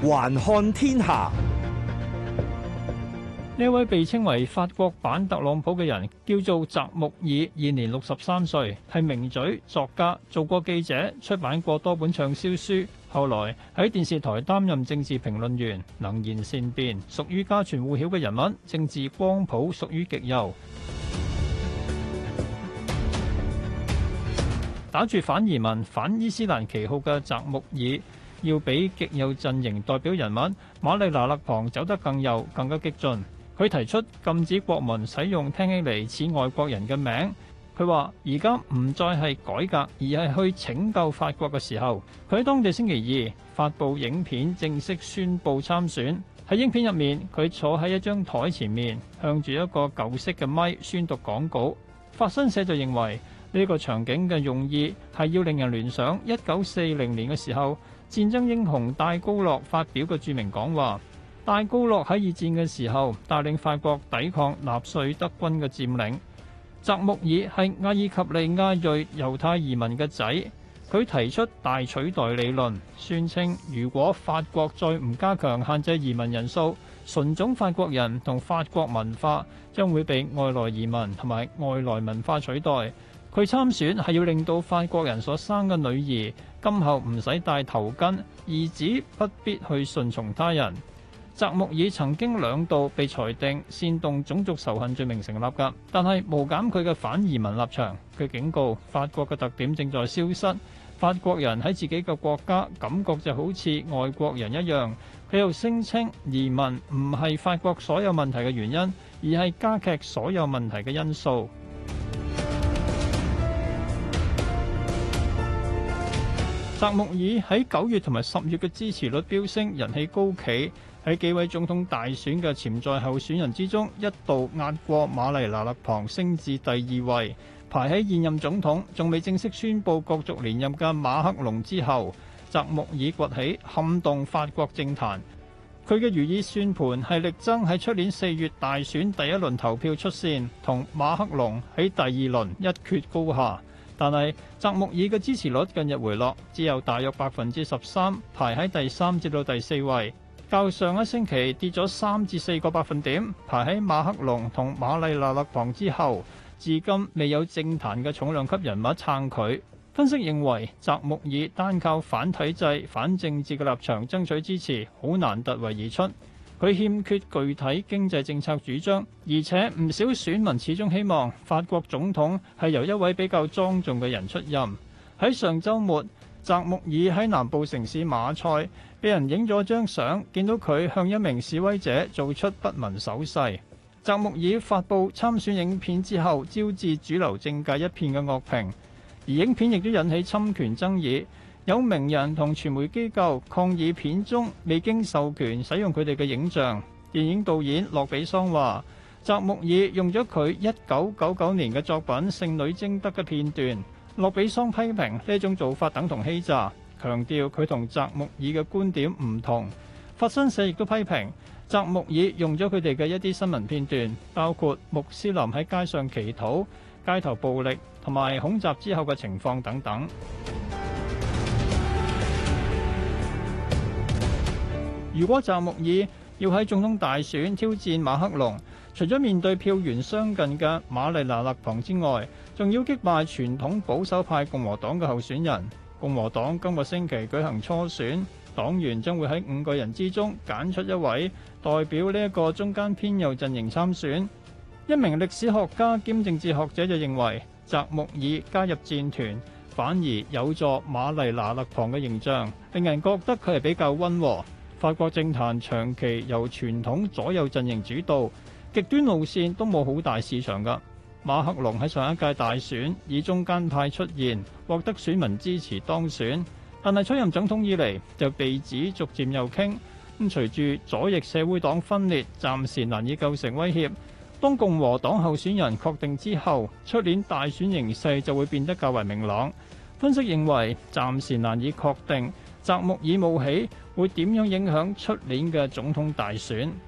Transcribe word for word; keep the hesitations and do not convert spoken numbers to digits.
環看天下， 呢位被稱為法國版特朗普嘅人叫做澤穆爾，現年六十三歲，係名嘴、作家，做過記者，出版過多本暢銷書。後來喺電視台擔任政治評論員，能言善辯，屬於家傳戶曉嘅人物，政治光譜屬於極右。打住反移民、反伊斯蘭旗號嘅澤穆爾，要比極右陣營代表人物瑪麗娜勒龐走得更右、更加激進。佢提出禁止國民使用聽起嚟似外國人嘅名。佢話而家唔再係改革，而係去拯救法國嘅時候。佢喺當地星期二發布影片，正式宣布參選。喺影片入面，佢坐喺一張台前面，向住一個舊式嘅咪宣讀講稿。法新社就認為呢個場景嘅用意係要令人聯想一九四零年嘅時候，戰爭英雄戴高樂發表嘅著名講話。戴高樂喺二戰嘅時候帶領法國抵抗納粹德軍嘅佔領。澤穆爾係阿爾及利亞裔猶太移民嘅仔，佢提出大取代理論，宣稱如果法國再唔加強限制移民人數，純種法國人同法國文化將會被外來移民同埋外來文化取代。佢參選係要令到法國人所生嘅女兒今後唔使戴頭巾，兒子不必去順從他人。澤穆爾曾經兩度被裁定煽動種族仇恨罪名成立㗎，但係無減佢嘅反移民立場。佢警告法國嘅特點正在消失，法國人喺自己嘅國家感覺就好似外國人一樣。佢又聲稱移民唔係法國所有問題嘅原因，而係加劇所有問題嘅因素。澤穆爾喺九月同埋十月嘅支持率飆升，人氣高企。喺幾位總統大選嘅潛在候選人之中，一度壓過瑪麗娜勒龐，升至第二位，排喺現任總統仲未正式宣布角逐連任嘅馬克龍之後。澤穆爾崛起，撼動法國政壇。佢嘅如意算盤係力爭喺出年四月大選第一輪投票出線，同馬克龍喺第二輪一決高下。但係澤穆爾嘅支持率近日回落，只有大約百分之十三，排喺第三至到第四位。較上一星期跌咗三至四個百分點，排喺馬克龍同瑪麗娜勒龐之後，至今未有政壇嘅重量級人物撐佢。分析認為，澤穆爾單靠反體制、反政治嘅立場爭取支持，好難突圍而出。佢欠缺具體經濟政策主張，而且唔少選民始終希望法國總統係由一位比較莊重嘅人出任。喺上週末，澤穆爾喺南部城市馬賽被人影咗張相，見到佢向一名示威者做出不文手勢。澤穆爾發布參選影片之後，招致主流政界一片嘅惡評，而影片亦都引起侵權爭議。有名人同傳媒機構抗議片中未經授權使用佢哋嘅影像。電影導演洛比桑話，澤穆爾用咗佢一九九九年嘅作品《聖女貞德》嘅片段。洛比桑批評呢種做法等同欺詐，強調佢同澤穆爾嘅觀點唔同。法新社亦都批評澤穆爾用咗佢哋嘅一啲新聞片段，包括穆斯林喺街上祈禱、街頭暴力同埋恐襲之後嘅情況等等。如果澤穆爾要喺總統大選挑戰馬克龍，除咗面對票源相近嘅瑪麗娜勒龐之外，仲要擊敗傳統保守派共和黨嘅候選人。共和黨今個星期舉行初選，黨員將會喺五個人之中揀出一位代表呢一個中間偏右陣營參選。一名歷史學家兼政治學者就認為，澤穆爾加入戰團反而有助瑪麗娜勒龐嘅形象，令人覺得佢係比較溫和。法國政壇長期由傳統左右陣營主導，極端路線都冇好大市場㗎。馬克龍喺上一屆大選以中間派出現，獲得選民支持當選，但係出任總統以嚟就被指逐漸右傾。咁隨住左翼社會黨分裂，暫時難以構成威脅。當共和黨候選人確定之後，出年大選形勢就會變得較為明朗。分析認為，暫時難以確定澤穆爾冒起會點樣影響出年嘅總統大選。